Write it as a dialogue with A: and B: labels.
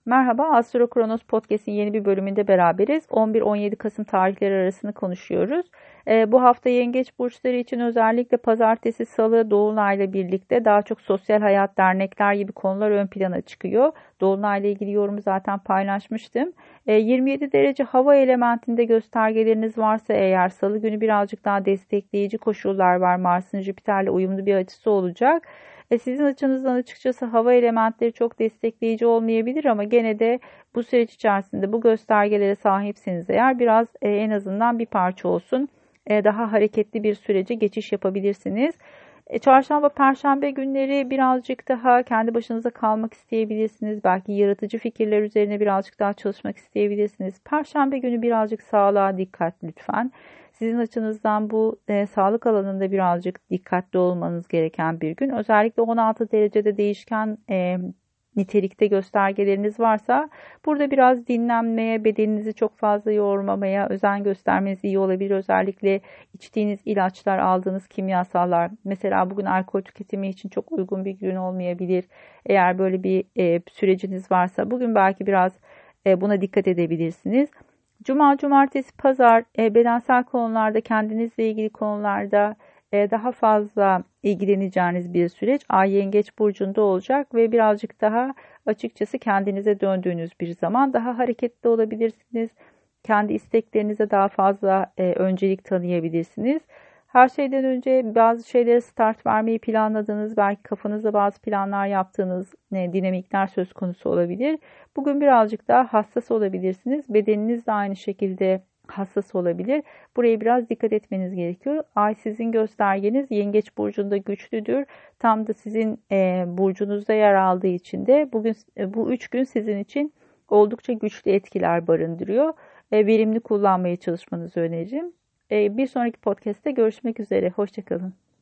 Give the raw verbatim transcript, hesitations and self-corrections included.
A: Merhaba, Astro Kronos Podcast'in yeni bir bölümünde beraberiz. on bir on yedi Kasım tarihleri arasını konuşuyoruz. Ee, bu hafta Yengeç burçları için özellikle Pazartesi, Salı, Dolunay'la birlikte daha çok sosyal hayat, dernekler gibi konular ön plana çıkıyor. Dolunay'la ilgili yorumu zaten paylaşmıştım. Ee, yirmi yedi derece hava elementinde göstergeleriniz varsa eğer Salı günü birazcık daha destekleyici koşullar var. Mars'ın Jüpiter'le uyumlu bir açısı olacak. E sizin açınızdan açıkçası hava elementleri çok destekleyici olmayabilir ama gene de bu süreç içerisinde bu göstergelere sahipseniz eğer biraz e, en azından bir parça olsun e, daha hareketli bir sürece geçiş yapabilirsiniz. E, Çarşamba, Perşembe günleri birazcık daha kendi başınıza kalmak isteyebilirsiniz. Belki yaratıcı fikirler üzerine birazcık daha çalışmak isteyebilirsiniz. Perşembe günü birazcık sağlığa dikkat lütfen. Sizin açınızdan bu e, sağlık alanında birazcık dikkatli olmanız gereken bir gün. Özellikle on altı derecede değişken e, nitelikte göstergeleriniz varsa burada biraz dinlenmeye, bedeninizi çok fazla yormamaya özen göstermeniz iyi olabilir. Özellikle içtiğiniz ilaçlar, aldığınız kimyasallar. Mesela bugün alkol tüketimi için çok uygun bir gün olmayabilir. Eğer böyle bir e, süreciniz varsa bugün belki biraz e, buna dikkat edebilirsiniz. Cuma, cumartesi, pazar e, bedensel konularda, kendinizle ilgili konularda e, daha fazla ilgileneceğiniz bir süreç. Ay Yengeç burcunda olacak ve birazcık daha açıkçası kendinize döndüğünüz bir zaman daha hareketli olabilirsiniz. Kendi isteklerinize daha fazla e, öncelik tanıyabilirsiniz. Her şeyden önce bazı şeylere start vermeyi planladığınız, belki kafanızda bazı planlar yaptığınız e, dinamikler söz konusu olabilir. Bugün birazcık daha hassas olabilirsiniz. Bedeniniz de aynı şekilde hassas olabilir. Buraya biraz dikkat etmeniz gerekiyor. Ay sizin göstergeniz Yengeç burcunda güçlüdür. Tam da sizin e, burcunuzda yer aldığı için de bugün e, bu üç gün sizin için oldukça güçlü etkiler barındırıyor. E, verimli kullanmaya çalışmanızı öneririm. E, bir sonraki podcast'te görüşmek üzere. Hoşça kalın.